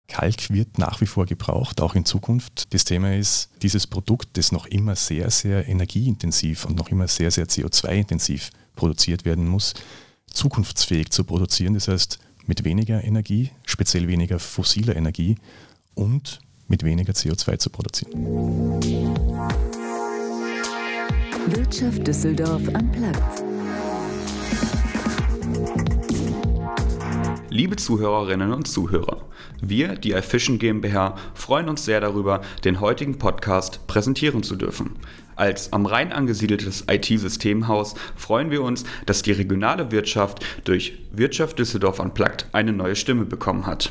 Kalk wird nach wie vor gebraucht, auch in Zukunft. Das Thema ist, dieses Produkt, das noch immer sehr, sehr energieintensiv und noch immer sehr, sehr CO2-intensiv produziert werden muss, zukunftsfähig zu produzieren. Das heißt, mit weniger Energie, speziell weniger fossiler Energie und mit weniger CO2 zu produzieren. Wirtschaft Düsseldorf unplugged. Liebe Zuhörerinnen und Zuhörer, wir, die iFishing GmbH, freuen uns sehr darüber, den heutigen Podcast präsentieren zu dürfen. Als am Rhein angesiedeltes IT-Systemhaus freuen wir uns, dass die regionale Wirtschaft durch Wirtschaft Düsseldorf unplugged eine neue Stimme bekommen hat.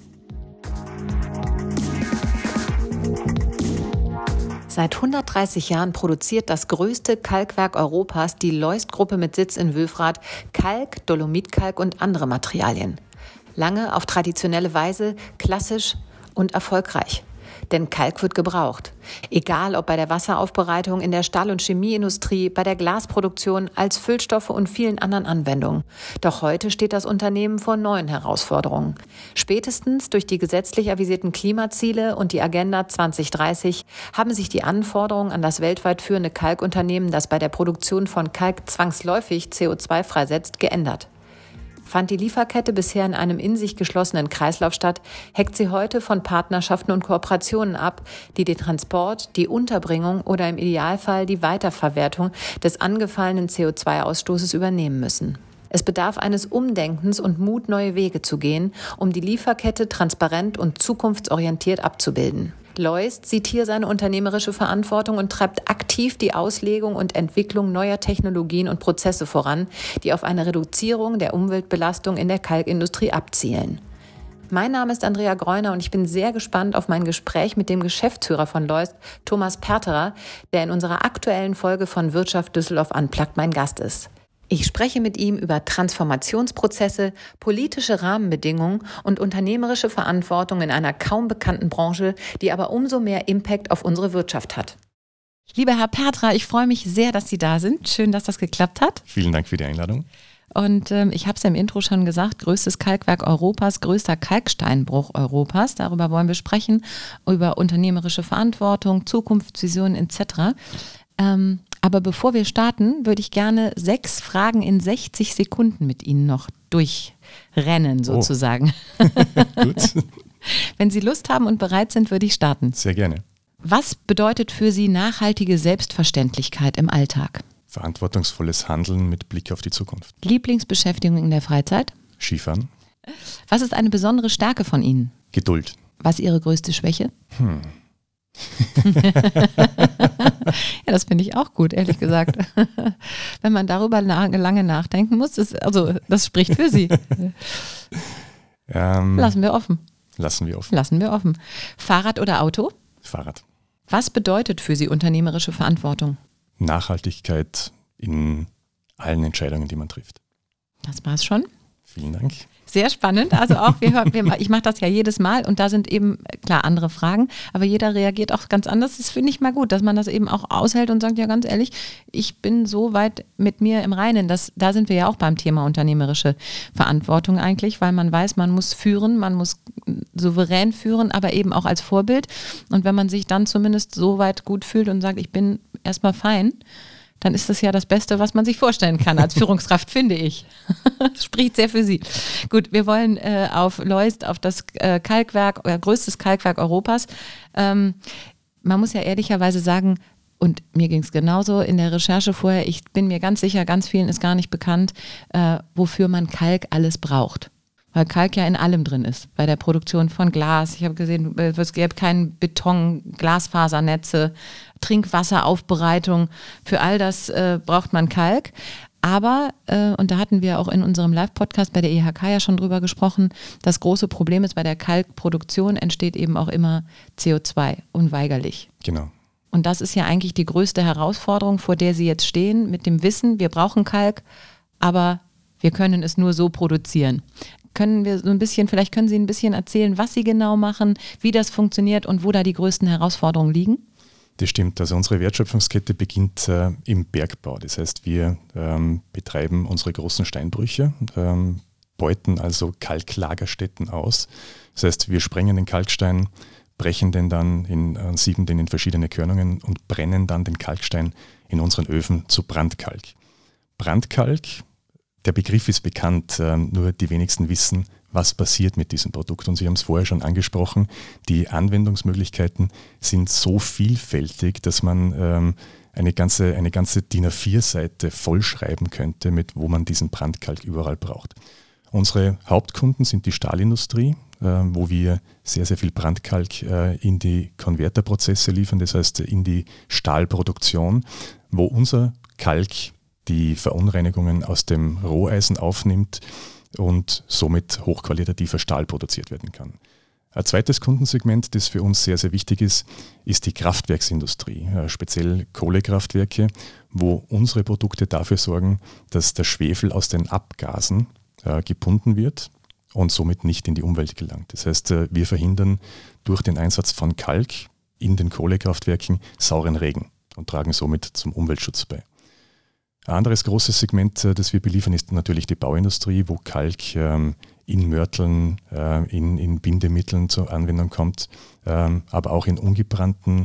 Seit 130 Jahren produziert das größte Kalkwerk Europas, die Leust-Gruppe mit Sitz in Wülfrath, Kalk, Dolomitkalk und andere Materialien. Lange auf traditionelle Weise, klassisch und erfolgreich. Denn Kalk wird gebraucht. Egal ob bei der Wasseraufbereitung, in der Stahl- und Chemieindustrie, bei der Glasproduktion, als Füllstoffe und vielen anderen Anwendungen. Doch heute steht das Unternehmen vor neuen Herausforderungen. Spätestens durch die gesetzlich avisierten Klimaziele und die Agenda 2030 haben sich die Anforderungen an das weltweit führende Kalkunternehmen, das bei der Produktion von Kalk zwangsläufig CO2 freisetzt, geändert. Fand die Lieferkette bisher in einem in sich geschlossenen Kreislauf statt, hängt sie heute von Partnerschaften und Kooperationen ab, die den Transport, die Unterbringung oder im Idealfall die Weiterverwertung des angefallenen CO2-Ausstoßes übernehmen müssen. Es bedarf eines Umdenkens und Mut, neue Wege zu gehen, um die Lieferkette transparent und zukunftsorientiert abzubilden. Leust sieht hier seine unternehmerische Verantwortung und treibt aktiv die Auslegung und Entwicklung neuer Technologien und Prozesse voran, die auf eine Reduzierung der Umweltbelastung in der Kalkindustrie abzielen. Mein Name ist Andrea Greuner und ich bin sehr gespannt auf mein Gespräch mit dem Geschäftsführer von Leust, Thomas Perterer, der in unserer aktuellen Folge von Wirtschaft Düsseldorf unplugged mein Gast ist. Ich spreche mit ihm über Transformationsprozesse, politische Rahmenbedingungen und unternehmerische Verantwortung in einer kaum bekannten Branche, die aber umso mehr Impact auf unsere Wirtschaft hat. Lieber Herr Perterer, ich freue mich sehr, dass Sie da sind. Schön, dass das geklappt hat. Vielen Dank für die Einladung. Und ich habe es ja im Intro schon gesagt, größtes Kalkwerk Europas, größter Kalksteinbruch Europas. Darüber wollen wir sprechen, über unternehmerische Verantwortung, Zukunftsvisionen etc. Aber bevor wir starten, würde ich gerne 6 Fragen in 60 Sekunden mit Ihnen noch durchrennen, sozusagen. Gut. Wenn Sie Lust haben und bereit sind, würde ich starten. Sehr gerne. Was bedeutet für Sie nachhaltige Selbstverständlichkeit im Alltag? Verantwortungsvolles Handeln mit Blick auf die Zukunft. Lieblingsbeschäftigung in der Freizeit? Skifahren. Was ist eine besondere Stärke von Ihnen? Geduld. Was ist Ihre größte Schwäche? Ja, das finde ich auch gut, ehrlich gesagt. Wenn man darüber lange nachdenken muss, das spricht für Sie. Lassen wir offen. Lassen wir offen. Fahrrad oder Auto? Fahrrad. Was bedeutet für Sie unternehmerische Verantwortung? Nachhaltigkeit in allen Entscheidungen, die man trifft. Das war's schon. Vielen Dank. Sehr spannend. Also auch, ich mache das ja jedes Mal und da sind eben, klar, andere Fragen, aber jeder reagiert auch ganz anders. Das finde ich mal gut, dass man das eben auch aushält und sagt, ja ganz ehrlich, ich bin so weit mit mir im Reinen. Da sind wir ja auch beim Thema unternehmerische Verantwortung eigentlich, weil man weiß, man muss führen, man muss souverän führen, aber eben auch als Vorbild. Und wenn man sich dann zumindest so weit gut fühlt und sagt, ich bin erstmal fein, dann ist das ja das Beste, was man sich vorstellen kann als Führungskraft, finde ich. Das spricht sehr für Sie. Gut, wir wollen auf Leust, auf das Kalkwerk, größtes Kalkwerk Europas. Man muss ja ehrlicherweise sagen, und mir ging es genauso in der Recherche vorher, ich bin mir ganz sicher, ganz vielen ist gar nicht bekannt, wofür man Kalk alles braucht. Weil Kalk ja in allem drin ist, bei der Produktion von Glas. Ich habe gesehen, es gäbe keinen Beton, Glasfasernetze, Trinkwasseraufbereitung. Für all das braucht man Kalk. Aber, und da hatten wir auch in unserem Live-Podcast bei der IHK ja schon drüber gesprochen, das große Problem ist, bei der Kalkproduktion entsteht eben auch immer CO2, unweigerlich. Genau. Und das ist ja eigentlich die größte Herausforderung, vor der Sie jetzt stehen, mit dem Wissen, wir brauchen Kalk, aber wir können es nur so produzieren. Vielleicht können Sie ein bisschen erzählen, was Sie genau machen, wie das funktioniert und wo da die größten Herausforderungen liegen? Das stimmt. Also unsere Wertschöpfungskette beginnt im Bergbau. Das heißt, wir betreiben unsere großen Steinbrüche, beuten also Kalklagerstätten aus. Das heißt, wir sprengen den Kalkstein, brechen den dann sieben den in verschiedene Körnungen und brennen dann den Kalkstein in unseren Öfen zu Brandkalk. Brandkalk, der Begriff ist bekannt, nur die wenigsten wissen, was passiert mit diesem Produkt. Und Sie haben es vorher schon angesprochen, die Anwendungsmöglichkeiten sind so vielfältig, dass man eine ganze DIN A4-Seite vollschreiben könnte, mit wo man diesen Brandkalk überall braucht. Unsere Hauptkunden sind die Stahlindustrie, wo wir sehr, sehr viel Brandkalk in die Konverterprozesse liefern, das heißt in die Stahlproduktion, wo unser Kalk die Verunreinigungen aus dem Roheisen aufnimmt und somit hochqualitativer Stahl produziert werden kann. Ein zweites Kundensegment, das für uns sehr, sehr wichtig ist die Kraftwerksindustrie, speziell Kohlekraftwerke, wo unsere Produkte dafür sorgen, dass der Schwefel aus den Abgasen gebunden wird und somit nicht in die Umwelt gelangt. Das heißt, wir verhindern durch den Einsatz von Kalk in den Kohlekraftwerken sauren Regen und tragen somit zum Umweltschutz bei. Ein anderes großes Segment, das wir beliefern, ist natürlich die Bauindustrie, wo Kalk in Mörteln, in Bindemitteln zur Anwendung kommt, aber auch in ungebrannten,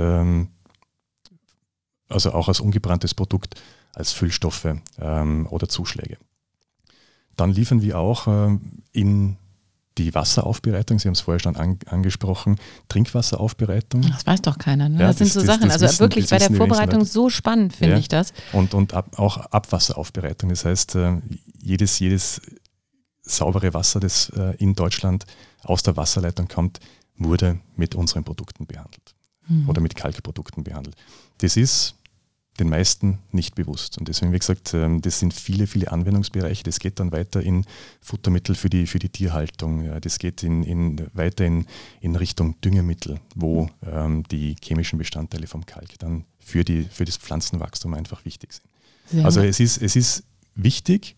also auch als ungebranntes Produkt, als Füllstoffe oder Zuschläge. Dann liefern wir auch in die Wasseraufbereitung, Sie haben es vorher schon angesprochen, Trinkwasseraufbereitung. Das weiß doch keiner, ne? Ja, das sind so Sachen, also wissen, wirklich bei der Vorbereitung so spannend, finde ich das. Und auch Abwasseraufbereitung, das heißt, jedes saubere Wasser, das in Deutschland aus der Wasserleitung kommt, wurde mit unseren Produkten behandelt oder mit Kalkprodukten behandelt. Das ist den meisten nicht bewusst. Und deswegen, wie gesagt, das sind viele, viele Anwendungsbereiche. Das geht dann weiter in Futtermittel für die Tierhaltung. Das geht weiter in Richtung Düngemittel, wo die chemischen Bestandteile vom Kalk dann für das Pflanzenwachstum einfach wichtig sind. Also es ist wichtig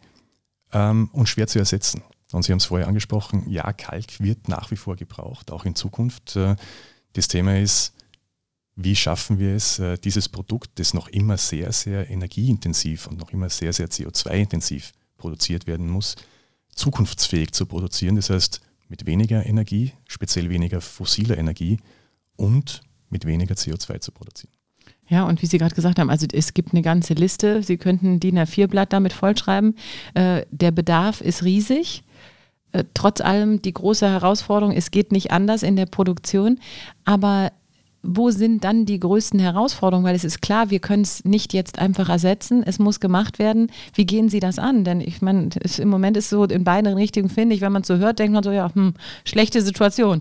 und schwer zu ersetzen. Und Sie haben es vorher angesprochen, ja, Kalk wird nach wie vor gebraucht, auch in Zukunft. Das Thema ist, wie schaffen wir es, dieses Produkt, das noch immer sehr, sehr energieintensiv und noch immer sehr, sehr CO2-intensiv produziert werden muss, zukunftsfähig zu produzieren. Das heißt, mit weniger Energie, speziell weniger fossiler Energie und mit weniger CO2 zu produzieren. Ja, und wie Sie gerade gesagt haben, also es gibt eine ganze Liste. Sie könnten DIN A4-Blatt damit vollschreiben. Der Bedarf ist riesig. Trotz allem die große Herausforderung, es geht nicht anders in der Produktion. Aber wo sind dann die größten Herausforderungen? Weil es ist klar, wir können es nicht jetzt einfach ersetzen. Es muss gemacht werden. Wie gehen Sie das an? Denn ich meine, im Moment ist so in beiden Richtungen, finde ich, wenn man es so hört, denkt man so, ja, schlechte Situation.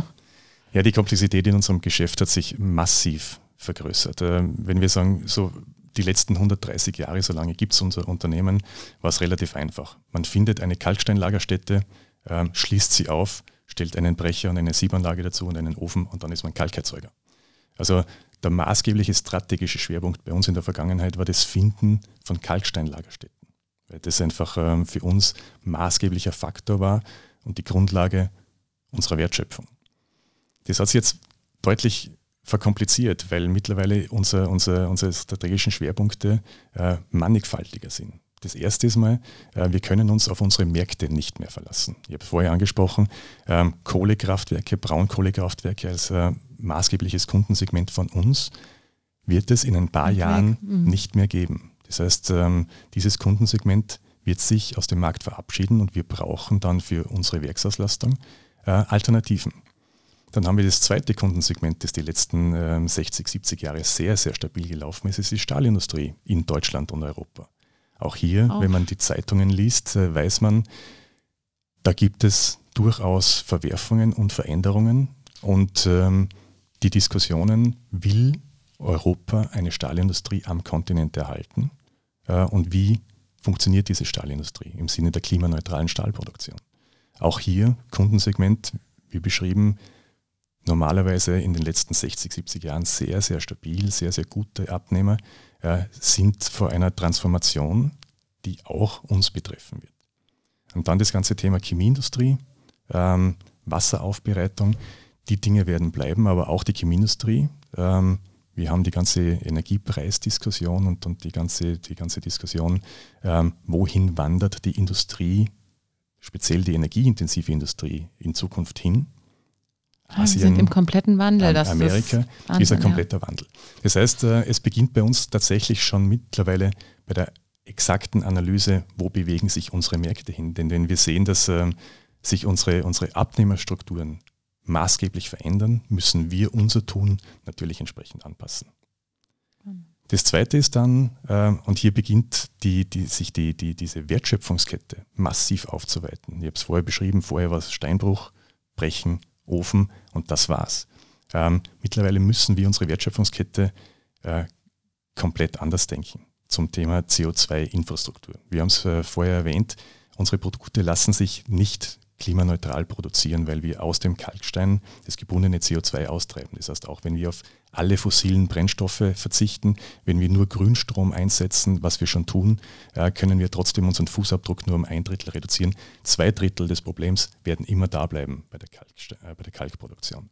Ja, die Komplexität in unserem Geschäft hat sich massiv vergrößert. Wenn wir sagen, so die letzten 130 Jahre, so lange gibt es unser Unternehmen, war es relativ einfach. Man findet eine Kalksteinlagerstätte, schließt sie auf, stellt einen Brecher und eine Siebanlage dazu und einen Ofen und dann ist man Kalkerzeuger. Also der maßgebliche strategische Schwerpunkt bei uns in der Vergangenheit war das Finden von Kalksteinlagerstätten, weil das einfach für uns maßgeblicher Faktor war und die Grundlage unserer Wertschöpfung. Das hat sich jetzt deutlich verkompliziert, weil mittlerweile unsere strategischen Schwerpunkte mannigfaltiger sind. Das erste ist mal, wir können uns auf unsere Märkte nicht mehr verlassen. Ich habe vorher angesprochen, Kohlekraftwerke, Braunkohlekraftwerke als maßgebliches Kundensegment von uns wird es in ein paar Jahren nicht mehr geben. Das heißt, dieses Kundensegment wird sich aus dem Markt verabschieden und wir brauchen dann für unsere Werksauslastung Alternativen. Dann haben wir das zweite Kundensegment, das die letzten 60, 70 Jahre sehr, sehr stabil gelaufen ist, ist die Stahlindustrie in Deutschland und Europa. Auch hier, wenn man die Zeitungen liest, weiß man, da gibt es durchaus Verwerfungen und Veränderungen und die Diskussionen, will Europa eine Stahlindustrie am Kontinent erhalten und wie funktioniert diese Stahlindustrie im Sinne der klimaneutralen Stahlproduktion. Auch hier Kundensegment, wie beschrieben, normalerweise in den letzten 60, 70 Jahren sehr, sehr stabil, sehr, sehr gute Abnehmer, sind vor einer Transformation, die auch uns betreffen wird. Und dann das ganze Thema Chemieindustrie, Wasseraufbereitung, die Dinge werden bleiben, aber auch die Chemieindustrie. Wir haben die ganze Energiepreisdiskussion und die ganze Diskussion, wohin wandert die Industrie speziell die energieintensive Industrie in Zukunft hin. Wir sind im kompletten Wandel. Amerika ist ein kompletter Wandel. Das heißt, es beginnt bei uns tatsächlich schon mittlerweile bei der exakten Analyse, wo bewegen sich unsere Märkte hin. Denn wenn wir sehen, dass sich unsere Abnehmerstrukturen maßgeblich verändern, müssen wir unser Tun natürlich entsprechend anpassen. Das Zweite ist dann, und hier beginnt diese Wertschöpfungskette massiv aufzuweiten. Ich habe es vorher beschrieben, vorher war es Steinbruch, Brechen, Ofen und das war's. Mittlerweile müssen wir unsere Wertschöpfungskette komplett anders denken zum Thema CO2-Infrastruktur. Wir haben es vorher erwähnt, unsere Produkte lassen sich nicht klimaneutral produzieren, weil wir aus dem Kalkstein das gebundene CO2 austreiben. Das heißt, auch wenn wir auf alle fossilen Brennstoffe verzichten, wenn wir nur Grünstrom einsetzen, was wir schon tun, können wir trotzdem unseren Fußabdruck nur um 1/3 reduzieren. 2/3 des Problems werden immer da bleiben bei der Kalkproduktion.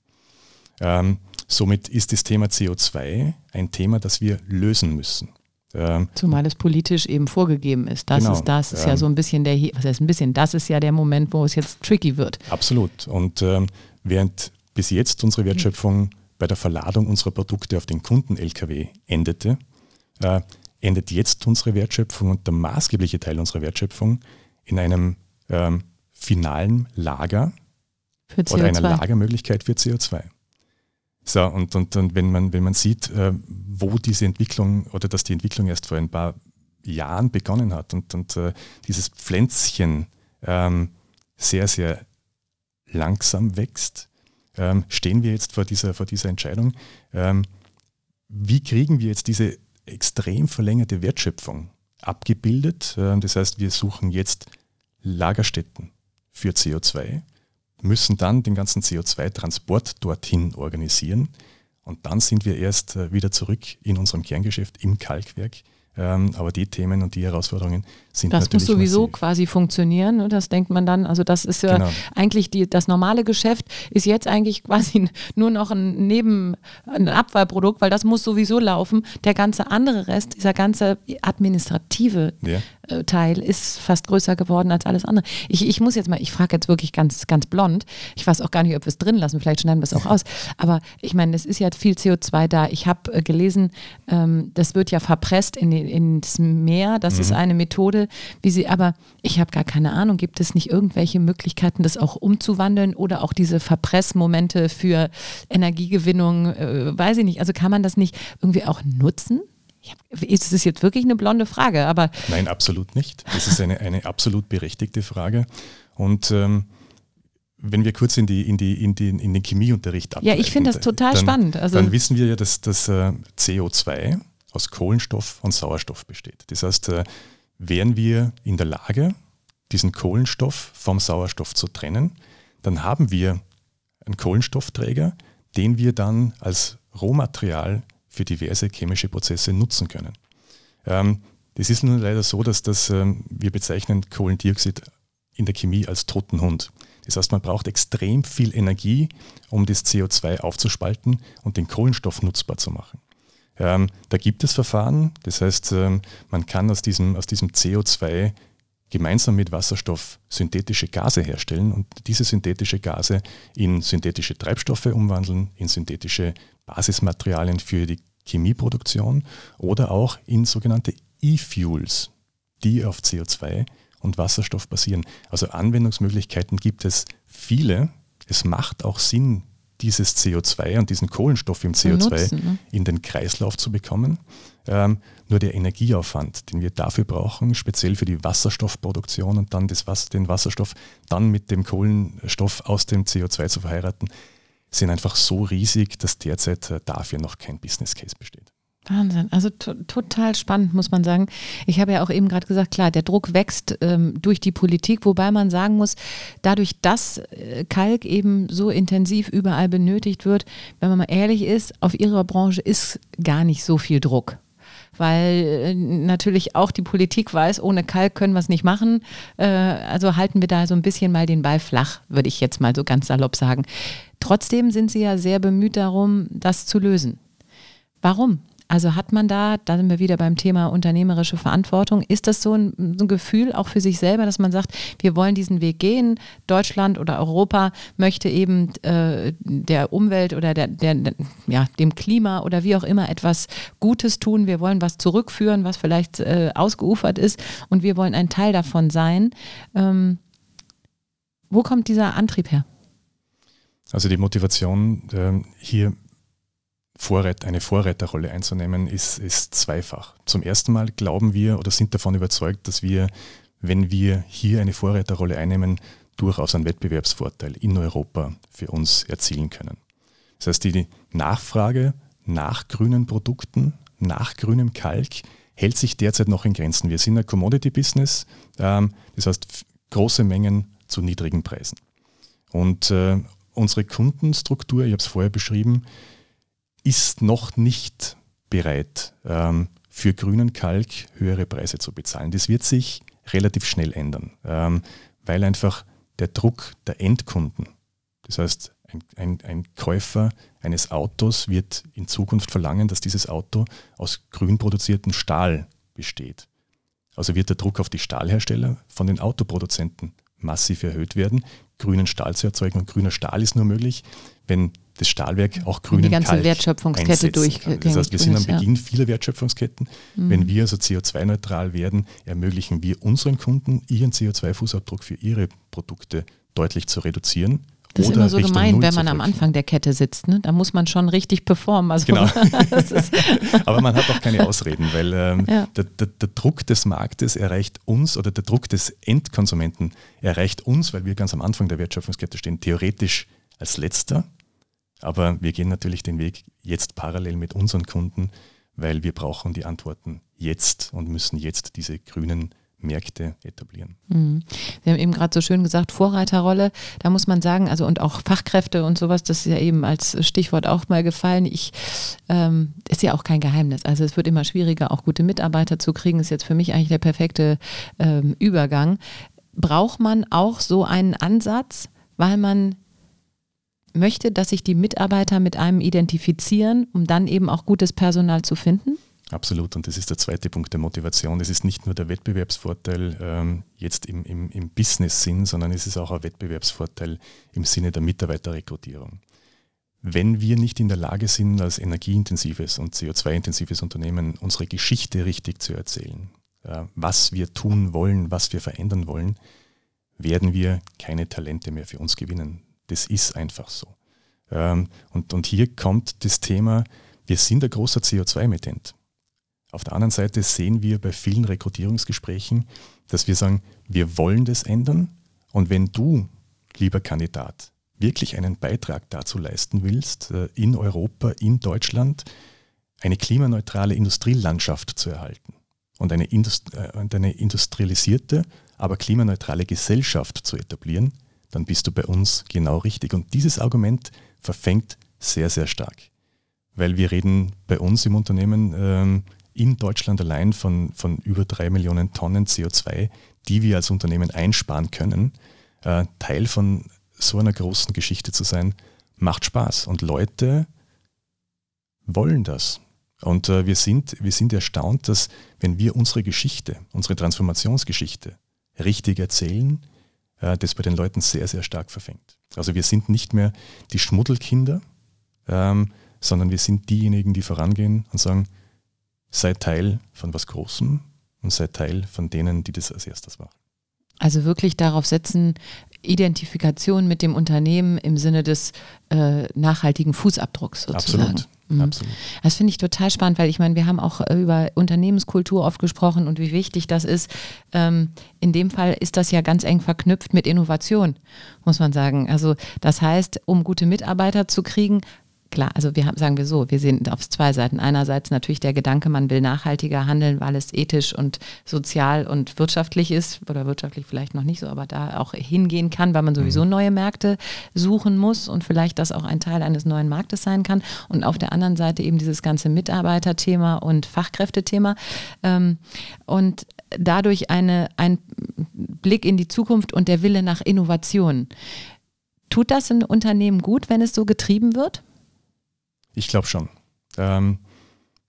Somit ist das Thema CO2 ein Thema, das wir lösen müssen. Zumal es politisch eben vorgegeben ist. Das ist ja so ein bisschen das ist ja der Moment, wo es jetzt tricky wird. Absolut. Und während bis jetzt unsere Wertschöpfung bei der Verladung unserer Produkte auf den Kunden-LKW endete, endet jetzt unsere Wertschöpfung und der maßgebliche Teil unserer Wertschöpfung in einem finalen Lager oder einer Lagermöglichkeit für CO2. So, und wenn man sieht, wo diese Entwicklung oder dass die Entwicklung erst vor ein paar Jahren begonnen hat und dieses Pflänzchen sehr, sehr langsam wächst, stehen wir jetzt vor dieser Entscheidung. Wie kriegen wir jetzt diese extrem verlängerte Wertschöpfung abgebildet? Das heißt, wir suchen jetzt Lagerstätten für CO2, müssen dann den ganzen CO2-Transport dorthin organisieren und dann sind wir erst wieder zurück in unserem Kerngeschäft im Kalkwerk. Aber die Themen und die Herausforderungen sind das natürlich muss sowieso massiv. Quasi funktionieren, das denkt man dann, also das ist ja eigentlich das normale Geschäft ist jetzt eigentlich quasi nur noch ein Abfallprodukt, weil das muss sowieso laufen. Der ganze andere Rest, dieser ganze administrative Teil ist fast größer geworden als alles andere. Ich frage jetzt wirklich ganz, ganz blond, ich weiß auch gar nicht, ob wir es drin lassen, vielleicht schneiden wir es auch aus, aber ich meine, es ist ja viel CO2 da. Ich habe gelesen, das wird ja verpresst ins Meer, das ist eine Methode, aber ich habe gar keine Ahnung, gibt es nicht irgendwelche Möglichkeiten, das auch umzuwandeln oder auch diese Verpressmomente für Energiegewinnung, weiß ich nicht, also kann man das nicht irgendwie auch nutzen? Ist es jetzt wirklich eine blonde Frage? Aber nein, absolut nicht. Das ist eine absolut berechtigte Frage und wenn wir kurz in den Chemieunterricht abgreifen. Ja, ich finde das total spannend. Also dann wissen wir ja, dass das CO2 aus Kohlenstoff und Sauerstoff besteht. Das heißt, wären wir in der Lage, diesen Kohlenstoff vom Sauerstoff zu trennen, dann haben wir einen Kohlenstoffträger, den wir dann als Rohmaterial für diverse chemische Prozesse nutzen können. Das ist nun leider so, dass wir bezeichnen Kohlendioxid in der Chemie als toten Hund. Das heißt, man braucht extrem viel Energie, um das CO2 aufzuspalten und den Kohlenstoff nutzbar zu machen. Da gibt es Verfahren, das heißt, man kann aus diesem CO2 gemeinsam mit Wasserstoff synthetische Gase herstellen und diese synthetische Gase in synthetische Treibstoffe umwandeln, in synthetische Basismaterialien für die Chemieproduktion oder auch in sogenannte E-Fuels, die auf CO2 und Wasserstoff basieren. Also Anwendungsmöglichkeiten gibt es viele. Es macht auch Sinn, dieses CO2 und diesen Kohlenstoff im CO2 in den Kreislauf zu bekommen. Nur der Energieaufwand, den wir dafür brauchen, speziell für die Wasserstoffproduktion und dann den Wasserstoff dann mit dem Kohlenstoff aus dem CO2 zu verheiraten, sind einfach so riesig, dass derzeit dafür noch kein Business Case besteht. Wahnsinn, also total spannend, muss man sagen. Ich habe ja auch eben gerade gesagt, klar, der Druck wächst durch die Politik, wobei man sagen muss, dadurch, dass Kalk eben so intensiv überall benötigt wird, wenn man mal ehrlich ist, auf ihrer Branche ist gar nicht so viel Druck. Weil natürlich auch die Politik weiß, ohne Kalk können wir es nicht machen. Also halten wir da so ein bisschen mal den Ball flach, würde ich jetzt mal so ganz salopp sagen. Trotzdem sind sie ja sehr bemüht darum, das zu lösen. Warum? Also hat man da sind wir wieder beim Thema unternehmerische Verantwortung, ist das so ein Gefühl auch für sich selber, dass man sagt, wir wollen diesen Weg gehen, Deutschland oder Europa möchte eben der Umwelt oder dem Klima oder wie auch immer etwas Gutes tun, wir wollen was zurückführen, was vielleicht ausgeufert ist und wir wollen ein Teil davon sein. Wo kommt dieser Antrieb her? Also die Motivation, hier eine Vorreiterrolle einzunehmen, ist zweifach. Zum ersten Mal glauben wir oder sind davon überzeugt, dass wir, wenn wir hier eine Vorreiterrolle einnehmen, durchaus einen Wettbewerbsvorteil in Europa für uns erzielen können. Das heißt, die Nachfrage nach grünen Produkten, nach grünem Kalk hält sich derzeit noch in Grenzen. Wir sind ein Commodity-Business, das heißt große Mengen zu niedrigen Preisen. Und unsere Kundenstruktur, ich habe es vorher beschrieben, ist noch nicht bereit, für grünen Kalk höhere Preise zu bezahlen. Das wird sich relativ schnell ändern, weil einfach der Druck der Endkunden, das heißt ein Käufer eines Autos wird in Zukunft verlangen, dass dieses Auto aus grün produziertem Stahl besteht. Also wird der Druck auf die Stahlhersteller von den Autoproduzenten massiv erhöht werden, grünen Stahl zu erzeugen. Und grüner Stahl ist nur möglich, wenn das Stahlwerk auch grünen Kalk die ganze Wertschöpfungskette durchgängig. Das heißt, wir sind am Beginn vieler Wertschöpfungsketten. Wenn wir also CO2-neutral werden, ermöglichen wir unseren Kunden, ihren CO2-Fußabdruck für ihre Produkte deutlich zu reduzieren. Das ist immer so gemein, wenn man am Anfang der Kette sitzt. Ne? Da muss man schon richtig performen. Also genau. Aber man hat auch keine Ausreden, weil der Druck des Marktes erreicht uns oder der Druck des Endkonsumenten erreicht uns, weil wir ganz am Anfang der Wertschöpfungskette stehen, theoretisch als Letzter. Aber wir gehen natürlich den Weg jetzt parallel mit unseren Kunden, weil wir brauchen die Antworten jetzt und müssen jetzt diese grünen Märkte etablieren. Sie haben eben gerade so schön gesagt, Vorreiterrolle, da muss man sagen, also und auch Fachkräfte und sowas, das ist ja eben als Stichwort auch mal gefallen, ist ja auch kein Geheimnis, also es wird immer schwieriger, auch gute Mitarbeiter zu kriegen, ist jetzt für mich eigentlich der perfekte Übergang. Braucht man auch so einen Ansatz, weil man möchte, dass sich die Mitarbeiter mit einem identifizieren, um dann eben auch gutes Personal zu finden? Absolut, und das ist der zweite Punkt der Motivation. Es ist nicht nur der Wettbewerbsvorteil jetzt im Business-Sinn, sondern es ist auch ein Wettbewerbsvorteil im Sinne der Mitarbeiterrekrutierung. Wenn wir nicht in der Lage sind, als energieintensives und CO2-intensives Unternehmen unsere Geschichte richtig zu erzählen, was wir tun wollen, was wir verändern wollen, werden wir keine Talente mehr für uns gewinnen. Das ist einfach so. Und hier kommt das Thema, wir sind ein großer CO2-Emittent. Auf der anderen Seite sehen wir bei vielen Rekrutierungsgesprächen, dass wir sagen, wir wollen das ändern und wenn du, lieber Kandidat, wirklich einen Beitrag dazu leisten willst, in Europa, in Deutschland, eine klimaneutrale Industrielandschaft zu erhalten und eine industrialisierte, aber klimaneutrale Gesellschaft zu etablieren, dann bist du bei uns genau richtig. Und dieses Argument verfängt sehr, sehr stark. Weil wir reden bei uns im Unternehmen in Deutschland allein von über 3 Millionen Tonnen CO2, die wir als Unternehmen einsparen können. Teil von so einer großen Geschichte zu sein, macht Spaß. Und Leute wollen das. Und wir sind erstaunt, dass wenn wir unsere Geschichte, unsere Transformationsgeschichte richtig erzählen, das bei den Leuten sehr, sehr stark verfängt. Also wir sind nicht mehr die Schmuddelkinder, sondern wir sind diejenigen, die vorangehen und sagen, sei Teil von was Großem und sei Teil von denen, die das als erstes machen. Also wirklich darauf setzen, Identifikation mit dem Unternehmen im Sinne des nachhaltigen Fußabdrucks sozusagen. Absolut. Absolut. Das finde ich total spannend, weil ich meine, wir haben auch über Unternehmenskultur oft gesprochen und wie wichtig das ist. In dem Fall ist das ja ganz eng verknüpft mit Innovation, muss man sagen. Also das heißt, um gute Mitarbeiter zu kriegen, klar, also sagen wir so, wir sehen auf zwei Seiten. Einerseits natürlich der Gedanke, man will nachhaltiger handeln, weil es ethisch und sozial und wirtschaftlich ist oder wirtschaftlich vielleicht noch nicht so, aber da auch hingehen kann, weil man sowieso neue Märkte suchen muss und vielleicht das auch ein Teil eines neuen Marktes sein kann. Und auf der anderen Seite eben dieses ganze Mitarbeiterthema und Fachkräftethema und dadurch ein Blick in die Zukunft und der Wille nach Innovation. Tut das ein Unternehmen gut, wenn es so getrieben wird? Ich glaube schon.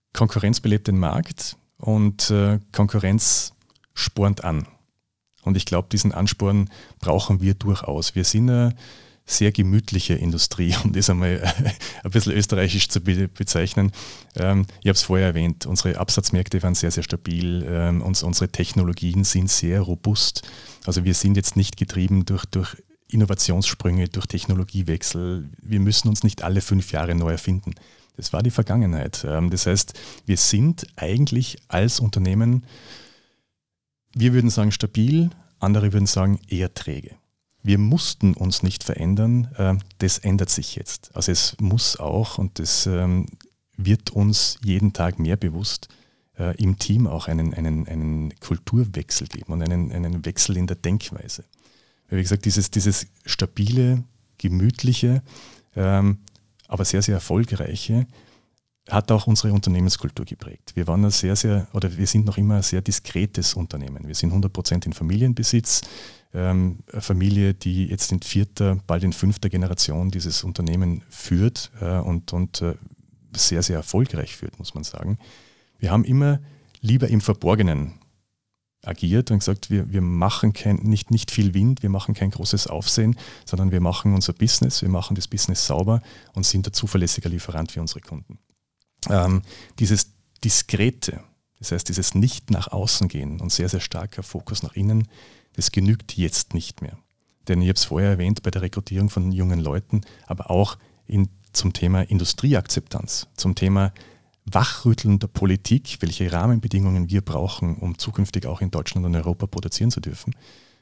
Konkurrenz belebt den Markt und Konkurrenz spornt an. Und ich glaube, diesen Ansporn brauchen wir durchaus. Wir sind eine sehr gemütliche Industrie, um das einmal ein bisschen österreichisch zu bezeichnen. Ich habe es vorher erwähnt, unsere Absatzmärkte waren sehr, sehr stabil, unsere Technologien sind sehr robust. Also wir sind jetzt nicht getrieben durch Innovationssprünge, durch Technologiewechsel. Wir müssen uns nicht alle 5 Jahre neu erfinden. Das war die Vergangenheit. Das heißt, wir sind eigentlich als Unternehmen, wir würden sagen stabil, andere würden sagen eher träge. Wir mussten uns nicht verändern, das ändert sich jetzt. Also es muss auch, und das wird uns jeden Tag mehr bewusst, im Team auch einen Kulturwechsel geben und einen Wechsel in der Denkweise. Wie gesagt, dieses stabile, gemütliche, aber sehr, sehr erfolgreiche, hat auch unsere Unternehmenskultur geprägt. Wir waren wir sind noch immer ein sehr diskretes Unternehmen. Wir sind 100% in Familienbesitz, eine Familie, die jetzt in 4., bald in 5. Generation dieses Unternehmen führt und sehr, sehr erfolgreich führt, muss man sagen. Wir haben immer lieber im Verborgenen agiert und gesagt, wir machen nicht viel Wind, wir machen kein großes Aufsehen, sondern wir machen unser Business, wir machen das Business sauber und sind ein zuverlässiger Lieferant für unsere Kunden. Dieses Diskrete, das heißt dieses nicht nach außen gehen und sehr, sehr starker Fokus nach innen, das genügt jetzt nicht mehr. Denn ich habe es vorher erwähnt bei der Rekrutierung von jungen Leuten, aber auch zum Thema Industrieakzeptanz, zum Thema Wachrütteln der Politik, welche Rahmenbedingungen wir brauchen, um zukünftig auch in Deutschland und Europa produzieren zu dürfen.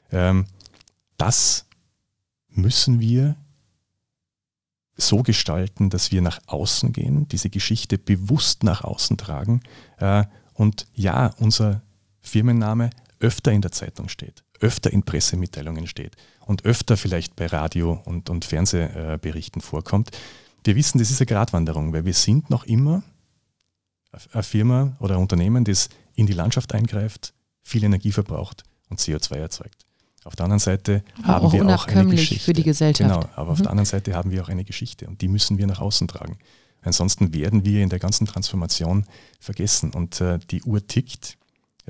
Das müssen wir so gestalten, dass wir nach außen gehen, diese Geschichte bewusst nach außen tragen und ja, unser Firmenname öfter in der Zeitung steht, öfter in Pressemitteilungen steht und öfter vielleicht bei Radio- und Fernsehberichten vorkommt. Wir wissen, das ist eine Gratwanderung, weil wir sind noch immer eine Firma oder ein Unternehmen, das in die Landschaft eingreift, viel Energie verbraucht und CO2 erzeugt. Auf der anderen Seite haben wir auch eine Geschichte. Für die Gesellschaft. Genau, aber auf der anderen Seite haben wir auch eine Geschichte und die müssen wir nach außen tragen. Ansonsten werden wir in der ganzen Transformation vergessen und die Uhr tickt.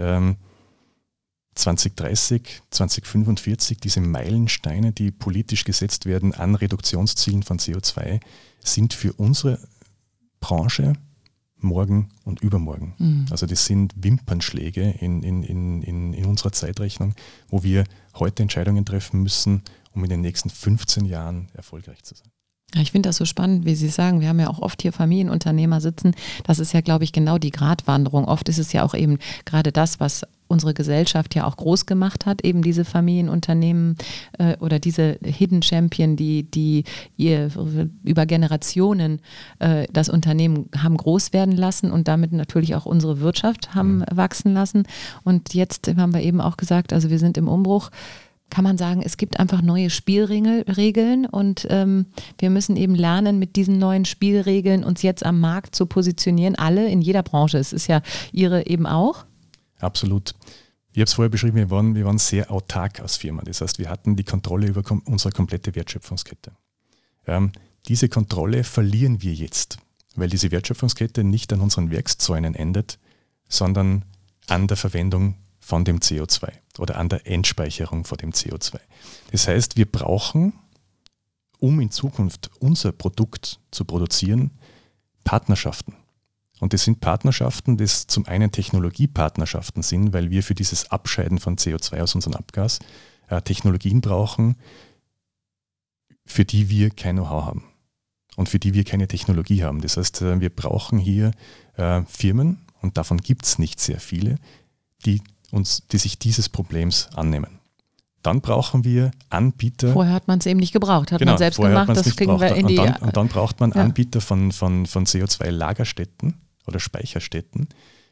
2030, 2045, diese Meilensteine, die politisch gesetzt werden an Reduktionszielen von CO2, sind für unsere Branche morgen und übermorgen. Mhm. Also das sind Wimpernschläge in unserer Zeitrechnung, wo wir heute Entscheidungen treffen müssen, um in den nächsten 15 Jahren erfolgreich zu sein. Ja, ich finde das so spannend, wie Sie sagen. Wir haben ja auch oft hier Familienunternehmer sitzen. Das ist ja, glaube ich, genau die Gratwanderung. Oft ist es ja auch eben gerade das, was unsere Gesellschaft ja auch groß gemacht hat, eben diese Familienunternehmen oder diese Hidden Champion, die über Generationen das Unternehmen haben groß werden lassen und damit natürlich auch unsere Wirtschaft haben wachsen lassen. Und jetzt haben wir eben auch gesagt, also wir sind im Umbruch. Kann man sagen, es gibt einfach neue Spielregeln und wir müssen eben lernen, mit diesen neuen Spielregeln uns jetzt am Markt zu positionieren, alle in jeder Branche. Es ist ja Ihre eben auch. Absolut. Ich habe es vorher beschrieben, wir waren sehr autark als Firma. Das heißt, wir hatten die Kontrolle über unsere komplette Wertschöpfungskette. Diese Kontrolle verlieren wir jetzt, weil diese Wertschöpfungskette nicht an unseren Werkszäunen endet, sondern an der Verwendung von dem CO2 oder an der Endspeicherung von dem CO2. Das heißt, wir brauchen, um in Zukunft unser Produkt zu produzieren, Partnerschaften. Und das sind Partnerschaften, das zum einen Technologiepartnerschaften sind, weil wir für dieses Abscheiden von CO2 aus unserem Abgas Technologien brauchen, für die wir kein Know-how haben und für die wir keine Technologie haben. Das heißt, wir brauchen hier Firmen, und davon gibt es nicht sehr viele, die sich dieses Problems annehmen. Dann brauchen wir Anbieter. Vorher hat man es eben nicht gebraucht, hat man selbst gemacht, das kriegen wir in die... Und dann braucht man Anbieter von CO2-Lagerstätten oder Speicherstätten,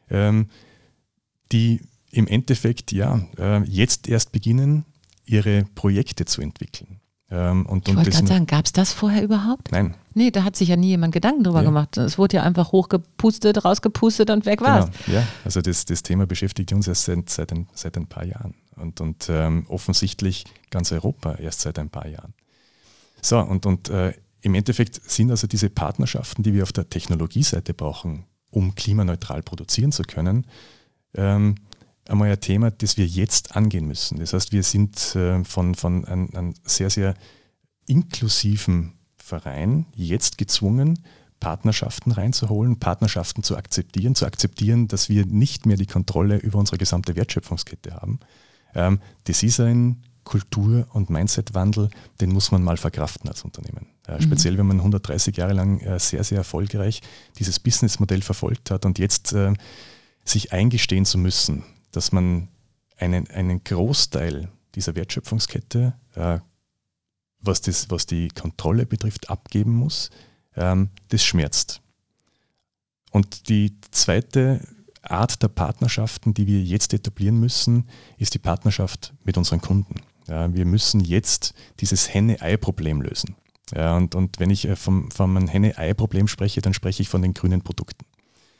die im Endeffekt jetzt erst beginnen, ihre Projekte zu entwickeln. Ich wollte gerade sagen, gab es das vorher überhaupt? Nein. Nee, da hat sich ja nie jemand Gedanken drüber gemacht. Es wurde ja einfach hochgepustet, rausgepustet und weg war's. Genau. Ja, also das Thema beschäftigt uns erst seit ein paar Jahren und offensichtlich ganz Europa erst seit ein paar Jahren. So, und im Endeffekt sind also diese Partnerschaften, die wir auf der Technologieseite brauchen, um klimaneutral produzieren zu können, einmal ein Thema, das wir jetzt angehen müssen. Das heißt, wir sind von einem sehr, sehr inklusiven Verein jetzt gezwungen, Partnerschaften reinzuholen, Partnerschaften zu akzeptieren, dass wir nicht mehr die Kontrolle über unsere gesamte Wertschöpfungskette haben. Das ist ein Kultur- und Mindset-Wandel, den muss man mal verkraften als Unternehmen. Speziell, wenn man 130 Jahre lang sehr, sehr erfolgreich dieses Businessmodell verfolgt hat und jetzt sich eingestehen zu müssen, dass man einen Großteil dieser Wertschöpfungskette, was die Kontrolle betrifft, abgeben muss, das schmerzt. Und die zweite Art der Partnerschaften, die wir jetzt etablieren müssen, ist die Partnerschaft mit unseren Kunden. Wir müssen jetzt dieses Henne-Ei-Problem lösen. Und wenn ich von einem Henne-Ei-Problem spreche, dann spreche ich von den grünen Produkten.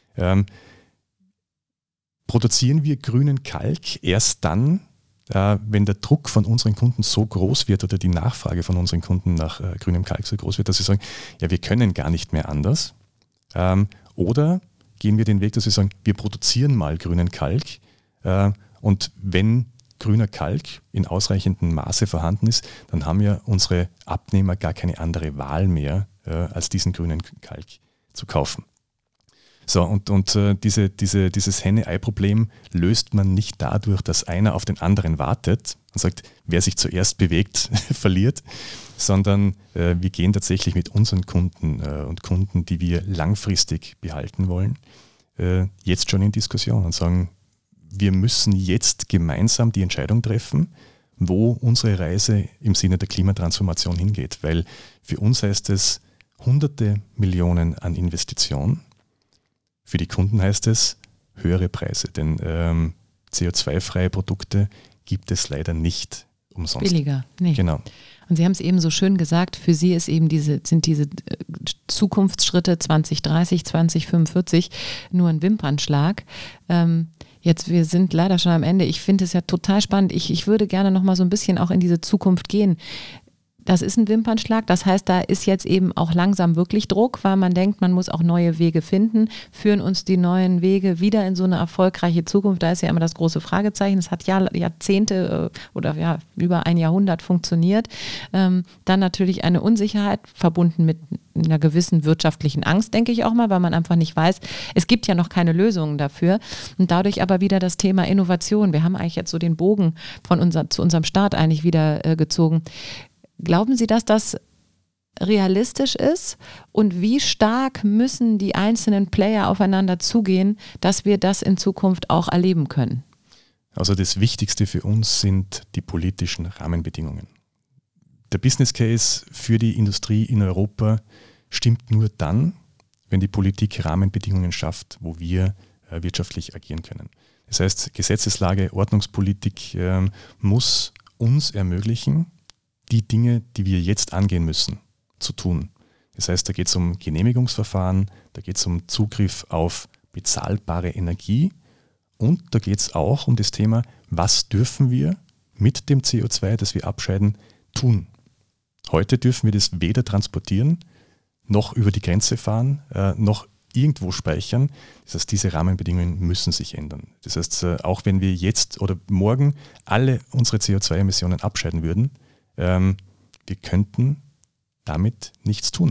Produzieren wir grünen Kalk erst dann, wenn der Druck von unseren Kunden so groß wird oder die Nachfrage von unseren Kunden nach grünem Kalk so groß wird, dass sie sagen, ja, wir können gar nicht mehr anders. Oder gehen wir den Weg, dass wir sagen, wir produzieren mal grünen Kalk und wenn grüner Kalk in ausreichendem Maße vorhanden ist, dann haben ja unsere Abnehmer gar keine andere Wahl mehr, als diesen grünen Kalk zu kaufen. So, und dieses Henne-Ei-Problem löst man nicht dadurch, dass einer auf den anderen wartet und sagt, wer sich zuerst bewegt, verliert, sondern wir gehen tatsächlich mit unseren Kunden und Kunden, die wir langfristig behalten wollen, jetzt schon in Diskussion und sagen, wir müssen jetzt gemeinsam die Entscheidung treffen, wo unsere Reise im Sinne der Klimatransformation hingeht, weil für uns heißt es hunderte Millionen an Investitionen. Für die Kunden heißt es höhere Preise, denn CO2-freie Produkte gibt es leider nicht umsonst. Billiger, nee. Genau. Und Sie haben es eben so schön gesagt, für Sie ist eben sind diese Zukunftsschritte 2030, 2045 nur ein Wimpernschlag. Wir sind leider schon am Ende. Ich finde es ja total spannend. Ich würde gerne noch mal so ein bisschen auch in diese Zukunft gehen. Das ist ein Wimpernschlag, das heißt, da ist jetzt eben auch langsam wirklich Druck, weil man denkt, man muss auch neue Wege finden. Führen uns die neuen Wege wieder in so eine erfolgreiche Zukunft? Da ist ja immer das große Fragezeichen. Es hat Jahrzehnte oder über ein Jahrhundert funktioniert. Dann natürlich eine Unsicherheit verbunden mit einer gewissen wirtschaftlichen Angst, denke ich auch mal, weil man einfach nicht weiß, es gibt ja noch keine Lösungen dafür. Und dadurch aber wieder das Thema Innovation. Wir haben eigentlich jetzt so den Bogen zu unserem Start eigentlich wieder gezogen. Glauben Sie, dass das realistisch ist? Und wie stark müssen die einzelnen Player aufeinander zugehen, dass wir das in Zukunft auch erleben können? Also das Wichtigste für uns sind die politischen Rahmenbedingungen. Der Business Case für die Industrie in Europa stimmt nur dann, wenn die Politik Rahmenbedingungen schafft, wo wir wirtschaftlich agieren können. Das heißt, Gesetzeslage, Ordnungspolitik muss uns ermöglichen, die Dinge, die wir jetzt angehen müssen, zu tun. Das heißt, da geht es um Genehmigungsverfahren, da geht es um Zugriff auf bezahlbare Energie und da geht es auch um das Thema, was dürfen wir mit dem CO2, das wir abscheiden, tun. Heute dürfen wir das weder transportieren, noch über die Grenze fahren, noch irgendwo speichern. Das heißt, diese Rahmenbedingungen müssen sich ändern. Das heißt, auch wenn wir jetzt oder morgen alle unsere CO2-Emissionen abscheiden würden, wir könnten damit nichts tun.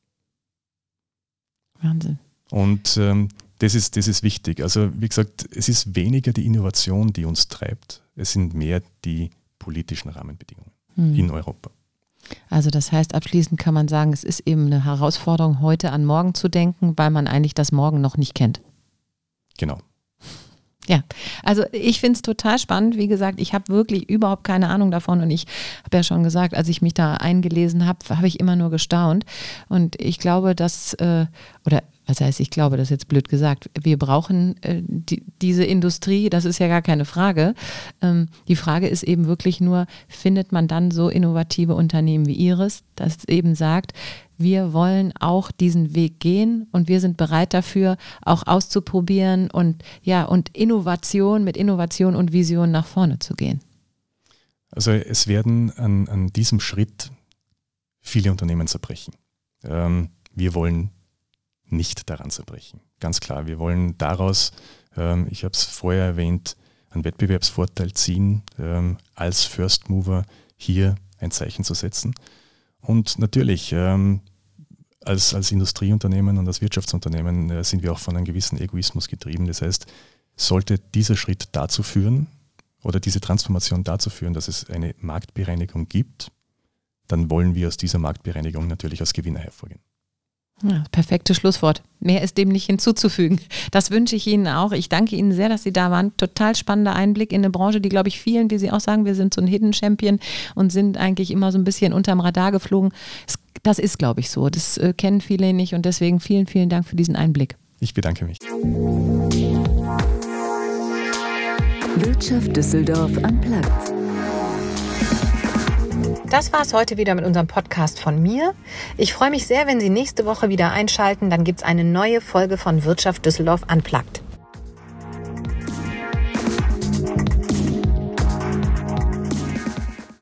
Wahnsinn. Und das ist wichtig. Also wie gesagt, es ist weniger die Innovation, die uns treibt. Es sind mehr die politischen Rahmenbedingungen in Europa. Also das heißt, abschließend kann man sagen, es ist eben eine Herausforderung, heute an morgen zu denken, weil man eigentlich das Morgen noch nicht kennt. Genau. Ja, also ich finde es total spannend. Wie gesagt, ich habe wirklich überhaupt keine Ahnung davon und ich habe ja schon gesagt, als ich mich da eingelesen habe, habe ich immer nur gestaunt. Und ich glaube, dass, ich glaube, das ist jetzt blöd gesagt, wir brauchen diese Industrie, das ist ja gar keine Frage. Die Frage ist eben wirklich nur, findet man dann so innovative Unternehmen wie Ihres, das eben sagt, wir wollen auch diesen Weg gehen und wir sind bereit dafür, auch auszuprobieren und mit Innovation und Vision nach vorne zu gehen. Also es werden an diesem Schritt viele Unternehmen zerbrechen. Wir wollen nicht daran zerbrechen. Ganz klar, wir wollen daraus, ich habe es vorher erwähnt, einen Wettbewerbsvorteil ziehen, als First Mover hier ein Zeichen zu setzen. Und natürlich, als Industrieunternehmen und als Wirtschaftsunternehmen sind wir auch von einem gewissen Egoismus getrieben. Das heißt, sollte dieser Schritt dazu führen oder diese Transformation dazu führen, dass es eine Marktbereinigung gibt, dann wollen wir aus dieser Marktbereinigung natürlich als Gewinner hervorgehen. Ja, perfektes Schlusswort. Mehr ist dem nicht hinzuzufügen. Das wünsche ich Ihnen auch. Ich danke Ihnen sehr, dass Sie da waren. Total spannender Einblick in eine Branche, die, glaube ich, vielen, wie Sie auch sagen, wir sind so ein Hidden Champion und sind eigentlich immer so ein bisschen unterm Radar geflogen. Das ist, glaube ich, so. Das kennen viele nicht und deswegen vielen, vielen Dank für diesen Einblick. Ich bedanke mich. Wirtschaft Düsseldorf unplugged. Das war es heute wieder mit unserem Podcast von mir. Ich freue mich sehr, wenn Sie nächste Woche wieder einschalten. Dann gibt es eine neue Folge von Wirtschaft Düsseldorf unplugged.